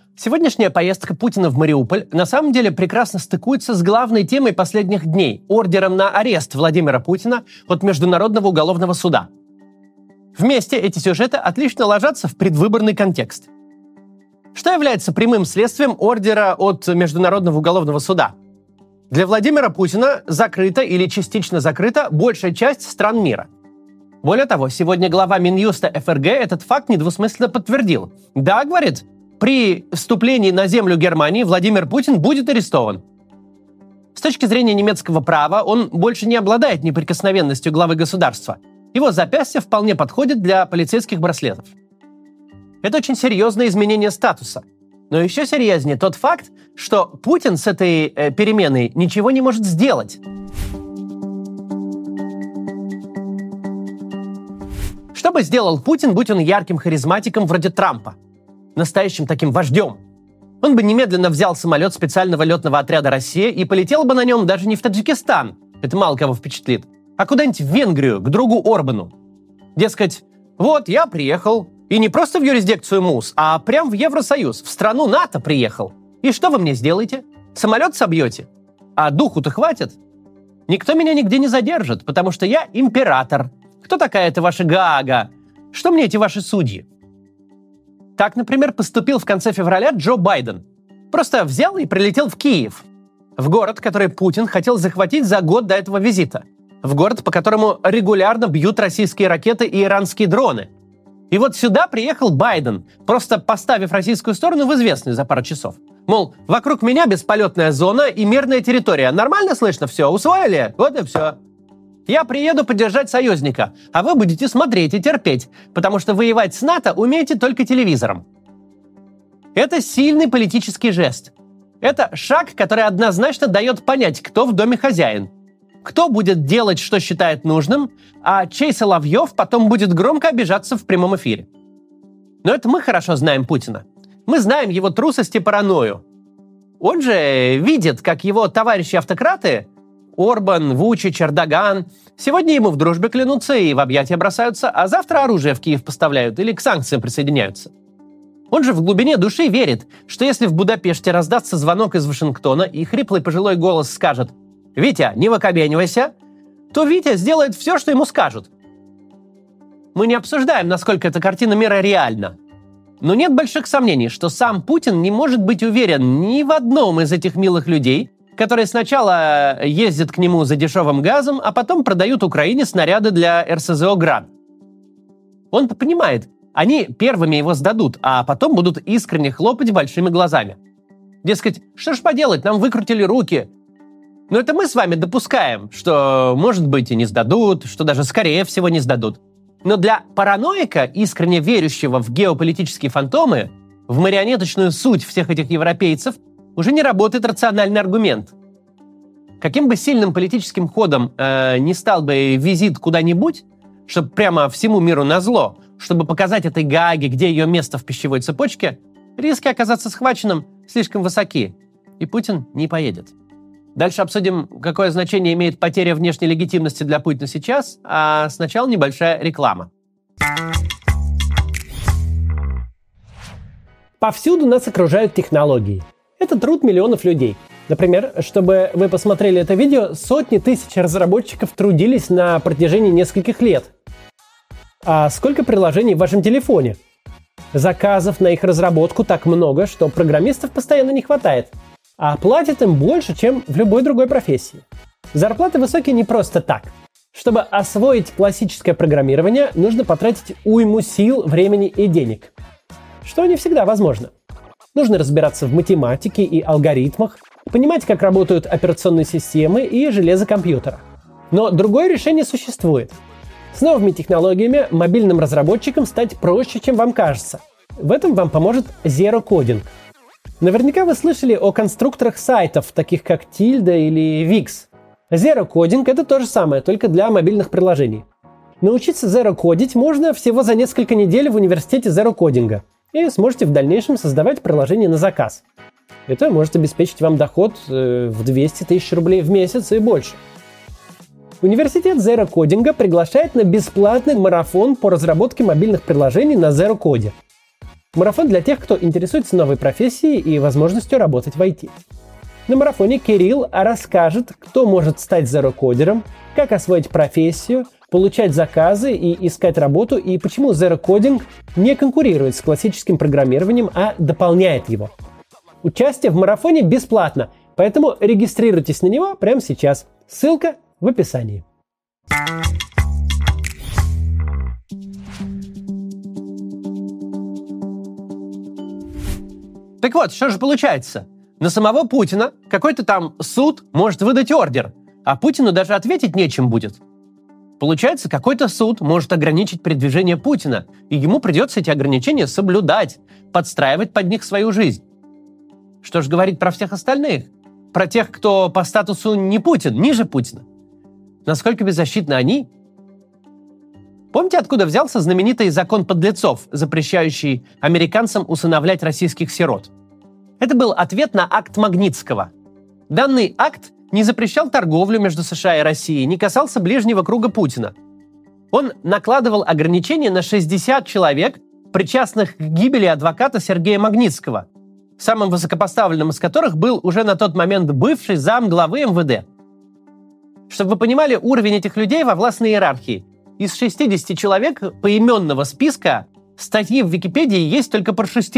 Сегодняшняя поездка Путина в Мариуполь на самом деле прекрасно стыкуется с главной темой последних дней – ордером на арест Владимира Путина от Международного уголовного суда. Вместе эти сюжеты отлично ложатся в предвыборный контекст. Что является прямым следствием ордера от Международного уголовного суда? Для Владимира Путина закрыта или частично закрыта большая часть стран мира. Более того, сегодня глава Минюста ФРГ этот факт недвусмысленно подтвердил. Да, говорит, при вступлении на землю Германии Владимир Путин будет арестован. С точки зрения немецкого права он больше не обладает неприкосновенностью главы государства. Его запястье вполне подходит для полицейских браслетов. Это очень серьезное изменение статуса. Но еще серьезнее тот факт, что Путин с этой переменой ничего не может сделать. Что бы сделал Путин, будь он ярким харизматиком вроде Трампа? Настоящим таким вождем. Он бы немедленно взял самолет специального летного отряда «Россия» и полетел бы на нем даже не в Таджикистан, это мало кого впечатлит, а куда-нибудь в Венгрию, к другу Орбану. Дескать, вот я приехал, и не просто в юрисдикцию МУС, а прям в Евросоюз, в страну НАТО приехал. И что вы мне сделаете? Самолет собьете? А духу-то хватит? Никто меня нигде не задержит, потому что я император. Кто такая эта ваша Гаага? Что мне эти ваши судьи? Так, например, поступил в конце февраля Джо Байден. Просто взял и прилетел в Киев. В город, который Путин хотел захватить за год до этого визита. В город, по которому регулярно бьют российские ракеты и иранские дроны. И вот сюда приехал Байден, просто поставив российскую сторону в известность за пару часов. Мол, вокруг меня бесполетная зона и мирная территория. Нормально слышно все? Усвоили? Вот и все. Я приеду поддержать союзника, а вы будете смотреть и терпеть, потому что воевать с НАТО умеете только телевизором. Это сильный политический жест. Это шаг, который однозначно дает понять, кто в доме хозяин. Кто будет делать, что считает нужным, а чей Соловьев потом будет громко обижаться в прямом эфире. Но это мы хорошо знаем Путина. Мы знаем его трусость и паранойю. Он же видит, как его товарищи-автократы Орбан, Вучич, Эрдоган сегодня ему в дружбе клянутся и в объятия бросаются, а завтра оружие в Киев поставляют или к санкциям присоединяются. Он же в глубине души верит, что если в Будапеште раздастся звонок из Вашингтона и хриплый пожилой голос скажет «Витя, не выкобенивайся», то Витя сделает все, что ему скажут. Мы не обсуждаем, насколько эта картина мира реальна. Но нет больших сомнений, что сам Путин не может быть уверен ни в одном из этих милых людей, которые сначала ездят к нему за дешевым газом, а потом продают Украине снаряды для РСЗО «Град». Он понимает, они первыми его сдадут, а потом будут искренне хлопать большими глазами. Дескать, что ж поделать, нам выкрутили руки. Но это мы с вами допускаем, что, может быть, и не сдадут, что даже скорее всего не сдадут. Но для параноика, искренне верящего в геополитические фантомы, в марионеточную суть всех этих европейцев, уже не работает рациональный аргумент. Каким бы сильным политическим ходом не стал бы визит куда-нибудь, чтобы прямо всему миру назло, чтобы показать этой Гааге, где ее место в пищевой цепочке, риски оказаться схваченным слишком высоки, и Путин не поедет. Дальше обсудим, какое значение имеет потеря внешней легитимности для Путина сейчас, а сначала небольшая реклама. Повсюду нас окружают технологии. Это труд миллионов людей. Например, чтобы вы посмотрели это видео, сотни тысяч разработчиков трудились на протяжении нескольких лет. А сколько приложений в вашем телефоне? Заказов на их разработку так много, что программистов постоянно не хватает. А платят им больше, чем в любой другой профессии. Зарплаты высокие не просто так. Чтобы освоить классическое программирование, нужно потратить уйму сил, времени и денег. Что не всегда возможно. Нужно разбираться в математике и алгоритмах, понимать, как работают операционные системы и железо компьютера. Но другое решение существует. С новыми технологиями мобильным разработчикам стать проще, чем вам кажется. В этом вам поможет Zero Coding. Наверняка вы слышали о конструкторах сайтов, таких как Tilda или Wix. Zero Coding — это то же самое, только для мобильных приложений. Научиться Zero Codить можно всего за несколько недель в университете Zero Coding, и сможете в дальнейшем создавать приложение на заказ. Это может обеспечить вам доход в 200 тысяч рублей в месяц и больше. Университет Zero Coding приглашает на бесплатный марафон по разработке мобильных приложений на Zero Code. Марафон для тех, кто интересуется новой профессией и возможностью работать в IT. На марафоне Кирилл расскажет, кто может стать зерокодером, как освоить профессию, получать заказы и искать работу, и почему зерокодинг не конкурирует с классическим программированием, а дополняет его. Участие в марафоне бесплатно, поэтому регистрируйтесь на него прямо сейчас. Ссылка в описании. Так вот, что же получается? На самого Путина какой-то там суд может выдать ордер, а Путину даже ответить нечем будет. Получается, какой-то суд может ограничить передвижение Путина, и ему придется эти ограничения соблюдать, подстраивать под них свою жизнь. Что же говорить про всех остальных? Про тех, кто по статусу не Путин, ниже Путина. Насколько беззащитны они? Помните, откуда взялся знаменитый закон подлецов, запрещающий американцам усыновлять российских сирот? Это был ответ на акт Магнитского. Данный акт не запрещал торговлю между США и Россией, не касался ближнего круга Путина. Он накладывал ограничения на 60 человек, причастных к гибели адвоката Сергея Магнитского, самым высокопоставленным из которых был уже на тот момент бывший зам главы МВД. Чтобы вы понимали уровень этих людей во властной иерархии, из 60 человек поименного списка статьи в Википедии есть только про 6.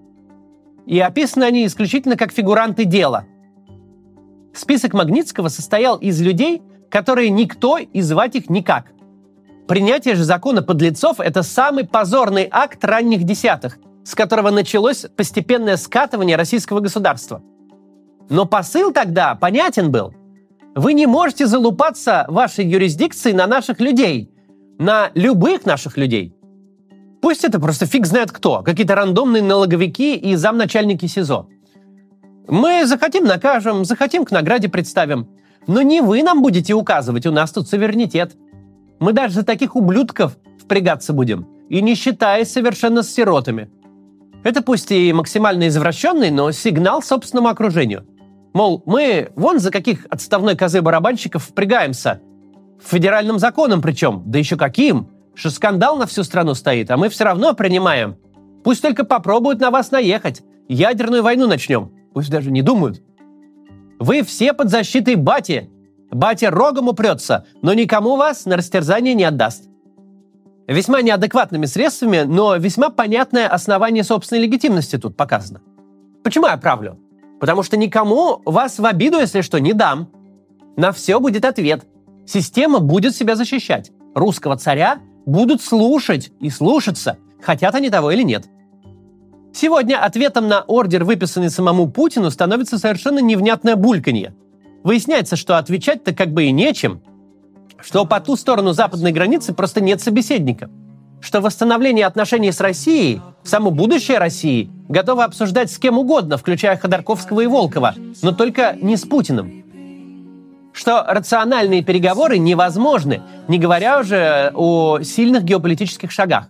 И описаны они исключительно как фигуранты дела. Список Магнитского состоял из людей, которые никто и звать их никак. Принятие же закона подлецов – это самый позорный акт ранних десятых, с которого началось постепенное скатывание российского государства. Но посыл тогда понятен был. Вы не можете залупаться вашей юрисдикцией на наших людей, на любых наших людей. Пусть это просто фиг знает кто, какие-то рандомные налоговики и замначальники СИЗО. Мы захотим накажем, захотим к награде представим. Но не вы нам будете указывать, у нас тут суверенитет. Мы даже за таких ублюдков впрягаться будем, и не считаясь совершенно с сиротами. Это пусть и максимально извращенный, но сигнал собственному окружению. Мол, мы вон за каких отставной козы барабанщиков впрягаемся. Федеральным законом причем, да еще каким. Что скандал на всю страну стоит, а мы все равно принимаем. Пусть только попробуют на вас наехать. Ядерную войну начнем. Пусть даже не думают. Вы все под защитой бати. Батя рогом упрется, но никому вас на растерзание не отдаст. Весьма неадекватными средствами, но весьма понятное основание собственной легитимности тут показано. Почему я правлю? Потому что никому вас в обиду, если что, не дам. На все будет ответ. Система будет себя защищать. Русского царя будут слушать и слушаться, хотят они того или нет. Сегодня ответом на ордер, выписанный самому Путину, становится совершенно невнятное бульканье. Выясняется, что отвечать-то как бы и нечем, что по ту сторону западной границы просто нет собеседника, что восстановление отношений с Россией, само будущее России, готово обсуждать с кем угодно, включая Ходорковского и Волкова, но только не с Путиным. Что рациональные переговоры невозможны, не говоря уже о сильных геополитических шагах.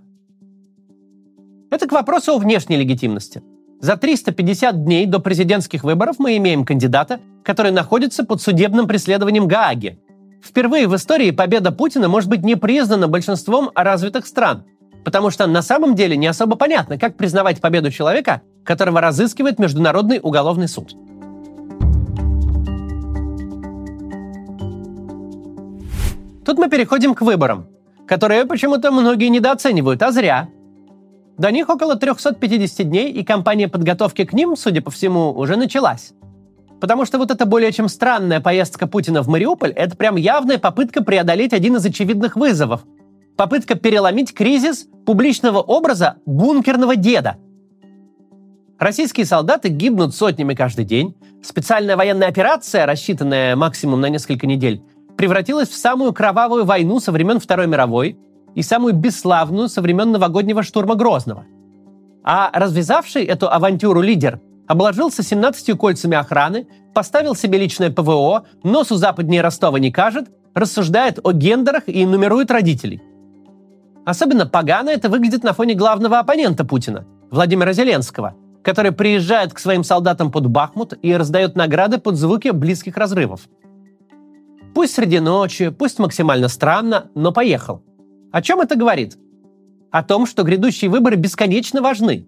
Это к вопросу о внешней легитимности. За 350 дней до президентских выборов мы имеем кандидата, который находится под судебным преследованием Гааги. Впервые в истории победа Путина может быть не признана большинством развитых стран, потому что на самом деле не особо понятно, как признавать победу человека, которого разыскивает Международный уголовный суд. Тут мы переходим к выборам, которые почему-то многие недооценивают, а зря. До них около 350 дней, и кампания подготовки к ним, судя по всему, уже началась. Потому что вот эта более чем странная поездка Путина в Мариуполь – это прям явная попытка преодолеть один из очевидных вызовов. Попытка переломить кризис публичного образа бункерного деда. Российские солдаты гибнут сотнями каждый день. Специальная военная операция, рассчитанная максимум на несколько недель, превратилась в самую кровавую войну со времен Второй мировой и самую бесславную со времен новогоднего штурма Грозного. А развязавший эту авантюру лидер обложился 17 кольцами охраны, поставил себе личное ПВО, носу западнее Ростова не кажет, рассуждает о гендерах и нумерует родителей. Особенно погано это выглядит на фоне главного оппонента Путина, Владимира Зеленского, который приезжает к своим солдатам под Бахмут и раздает награды под звуки близких разрывов. Пусть среди ночи, пусть максимально странно, но поехал. О чем это говорит? О том, что грядущие выборы бесконечно важны.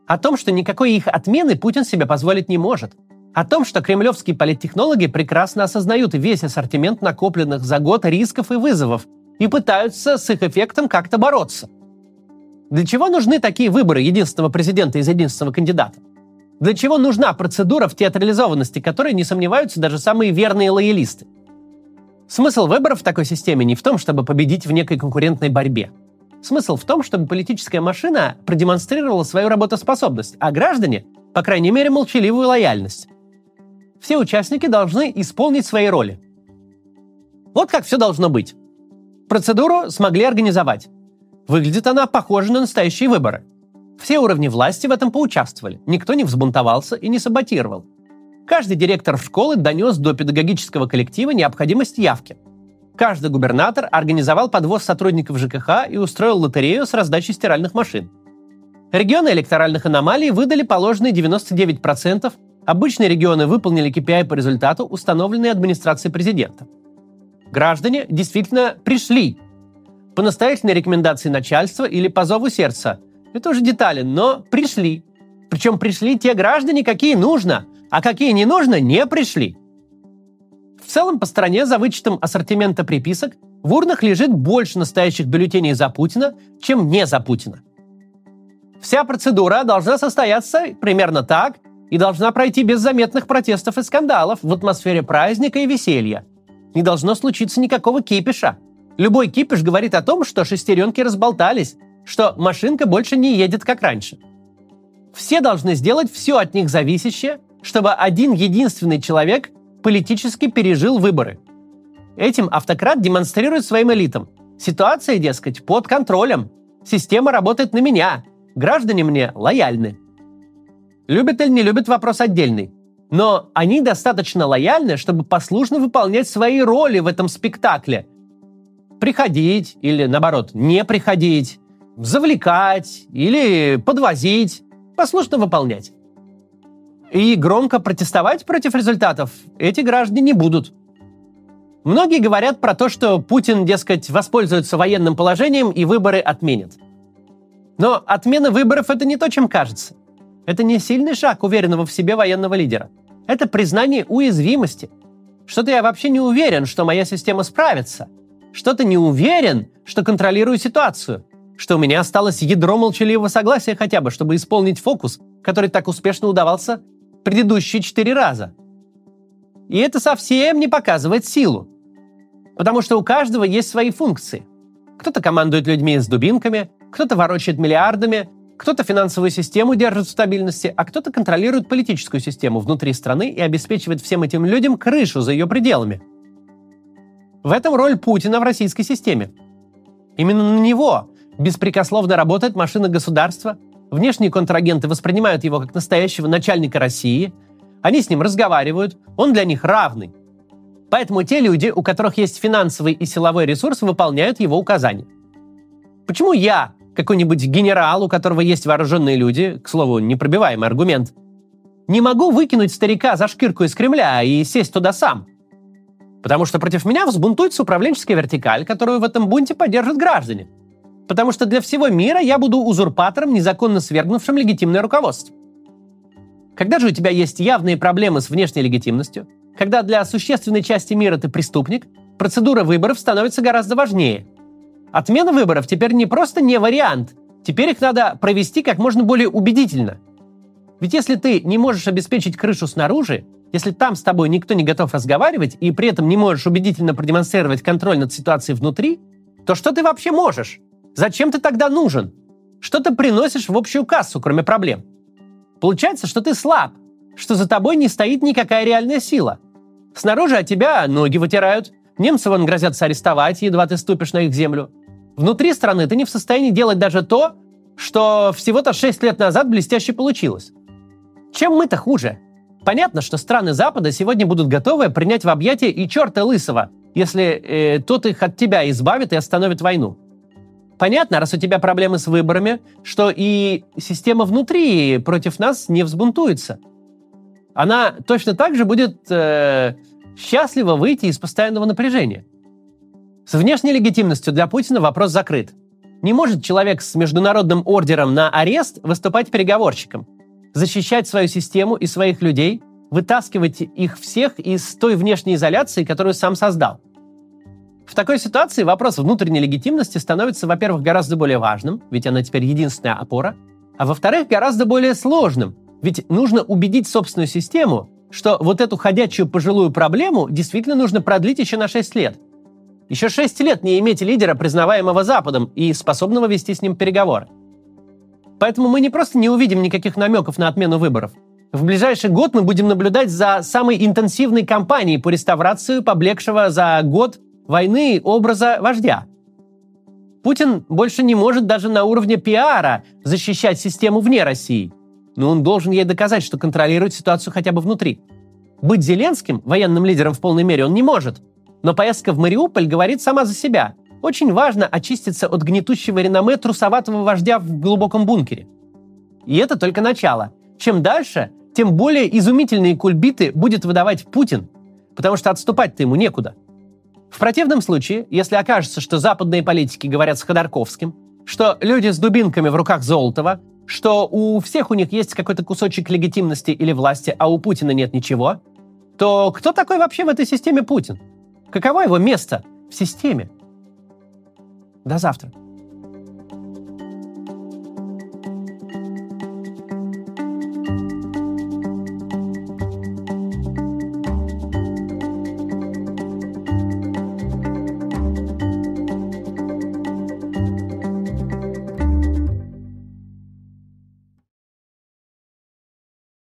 О том, что никакой их отмены Путин себе позволить не может. О том, что кремлевские политтехнологи прекрасно осознают весь ассортимент накопленных за год рисков и вызовов и пытаются с их эффектом как-то бороться. Для чего нужны такие выборы единственного президента из единственного кандидата? Для чего нужна процедура в театрализованности, которой не сомневаются даже самые верные лоялисты? Смысл выборов в такой системе не в том, чтобы победить в некой конкурентной борьбе. Смысл в том, чтобы политическая машина продемонстрировала свою работоспособность, а граждане, по крайней мере, молчаливую лояльность. Все участники должны исполнить свои роли. Вот как все должно быть. Процедуру смогли организовать. Выглядит она похоже на настоящие выборы. Все уровни власти в этом поучаствовали. Никто не взбунтовался и не саботировал. Каждый директор школы донес до педагогического коллектива необходимость явки. Каждый губернатор организовал подвоз сотрудников ЖКХ и устроил лотерею с раздачей стиральных машин. Регионы электоральных аномалий выдали положенные 99%, обычные регионы выполнили KPI по результату, установленный администрацией президента. Граждане действительно пришли. По настоятельной рекомендации начальства или по зову сердца. Это уже детали, но пришли. Причем пришли те граждане, какие нужно, а какие не нужно, не пришли. В целом, по стране, за вычетом ассортимента приписок, в урнах лежит больше настоящих бюллетеней за Путина, чем не за Путина. Вся процедура должна состояться примерно так и должна пройти без заметных протестов и скандалов в атмосфере праздника и веселья. Не должно случиться никакого кипиша. Любой кипиш говорит о том, что шестеренки разболтались, что машинка больше не едет, как раньше. Все должны сделать все от них зависящее, чтобы один единственный человек политически пережил выборы. Этим автократ демонстрирует своим элитам. Ситуация, дескать, под контролем. Система работает на меня. Граждане мне лояльны. Любят или не любят — вопрос отдельный. Но они достаточно лояльны, чтобы послушно выполнять свои роли в этом спектакле. Приходить или, наоборот, не приходить, завлекать или подвозить, послушно выполнять. И громко протестовать против результатов эти граждане не будут. Многие говорят про то, что Путин, дескать, воспользуется военным положением и выборы отменит. Но отмена выборов — это не то, чем кажется. Это не сильный шаг уверенного в себе военного лидера. Это признание уязвимости. Что-то я вообще не уверен, что моя система справится. Что-то не уверен, что контролирую ситуацию. Что у меня осталось ядро молчаливого согласия хотя бы, чтобы исполнить фокус, который так успешно удавался предыдущие 4 раза. И это совсем не показывает силу. Потому что у каждого есть свои функции. Кто-то командует людьми с дубинками, кто-то ворочает миллиардами, кто-то финансовую систему держит в стабильности, а кто-то контролирует политическую систему внутри страны и обеспечивает всем этим людям крышу за ее пределами. В этом роль Путина в российской системе. Именно на него беспрекословно работает машина государства, внешние контрагенты воспринимают его как настоящего начальника России, они с ним разговаривают, он для них равный. Поэтому те люди, у которых есть финансовый и силовой ресурс, выполняют его указания. Почему я, какой-нибудь генерал, у которого есть вооруженные люди, к слову, непробиваемый аргумент, не могу выкинуть старика за шкирку из Кремля и сесть туда сам? Потому что против меня взбунтуется управленческая вертикаль, которую в этом бунте поддержат граждане. Потому что для всего мира я буду узурпатором, незаконно свергнувшим легитимное руководство. Когда же у тебя есть явные проблемы с внешней легитимностью, когда для существенной части мира ты преступник, процедура выборов становится гораздо важнее. Отмена выборов теперь не просто не вариант, теперь их надо провести как можно более убедительно. Ведь если ты не можешь обеспечить крышу снаружи, если там с тобой никто не готов разговаривать и при этом не можешь убедительно продемонстрировать контроль над ситуацией внутри, то что ты вообще можешь? Зачем ты тогда нужен? Что ты приносишь в общую кассу, кроме проблем? Получается, что ты слаб, что за тобой не стоит никакая реальная сила. Снаружи от тебя ноги вытирают, немцы вон грозятся арестовать, едва ты ступишь на их землю. Внутри страны ты не в состоянии делать даже то, что всего-то 6 лет назад блестяще получилось. Чем мы-то хуже? Понятно, что страны Запада сегодня будут готовы принять в объятия и черта лысого, если тот их от тебя избавит и остановит войну. Понятно, раз у тебя проблемы с выборами, что и система внутри против нас не взбунтуется. Она точно так же будет счастлива выйти из постоянного напряжения. С внешней легитимностью для Путина вопрос закрыт. Не может человек с международным ордером на арест выступать переговорщиком, защищать свою систему и своих людей, вытаскивать их всех из той внешней изоляции, которую сам создал. В такой ситуации вопрос внутренней легитимности становится, во-первых, гораздо более важным, ведь она теперь единственная опора, а во-вторых, гораздо более сложным, ведь нужно убедить собственную систему, что вот эту ходячую пожилую проблему действительно нужно продлить еще на 6 лет. Еще 6 лет не иметь лидера, признаваемого Западом и способного вести с ним переговоры. Поэтому мы не просто не увидим никаких намеков на отмену выборов. В ближайший год мы будем наблюдать за самой интенсивной кампанией по реставрации поблекшего за год войны образа вождя. Путин больше не может даже на уровне пиара защищать систему вне России. Но он должен ей доказать, что контролирует ситуацию хотя бы внутри. Быть Зеленским, военным лидером в полной мере, он не может. Но поездка в Мариуполь говорит сама за себя. Очень важно очиститься от гнетущего реноме трусоватого вождя в глубоком бункере. И это только начало. Чем дальше, тем более изумительные кульбиты будет выдавать Путин, потому что отступать-то ему некуда. В противном случае, если окажется, что западные политики говорят с Ходорковским, что люди с дубинками в руках Золотова, что у всех у них есть какой-то кусочек легитимности или власти, а у Путина нет ничего, то кто такой вообще в этой системе Путин? Каково его место в системе? До завтра.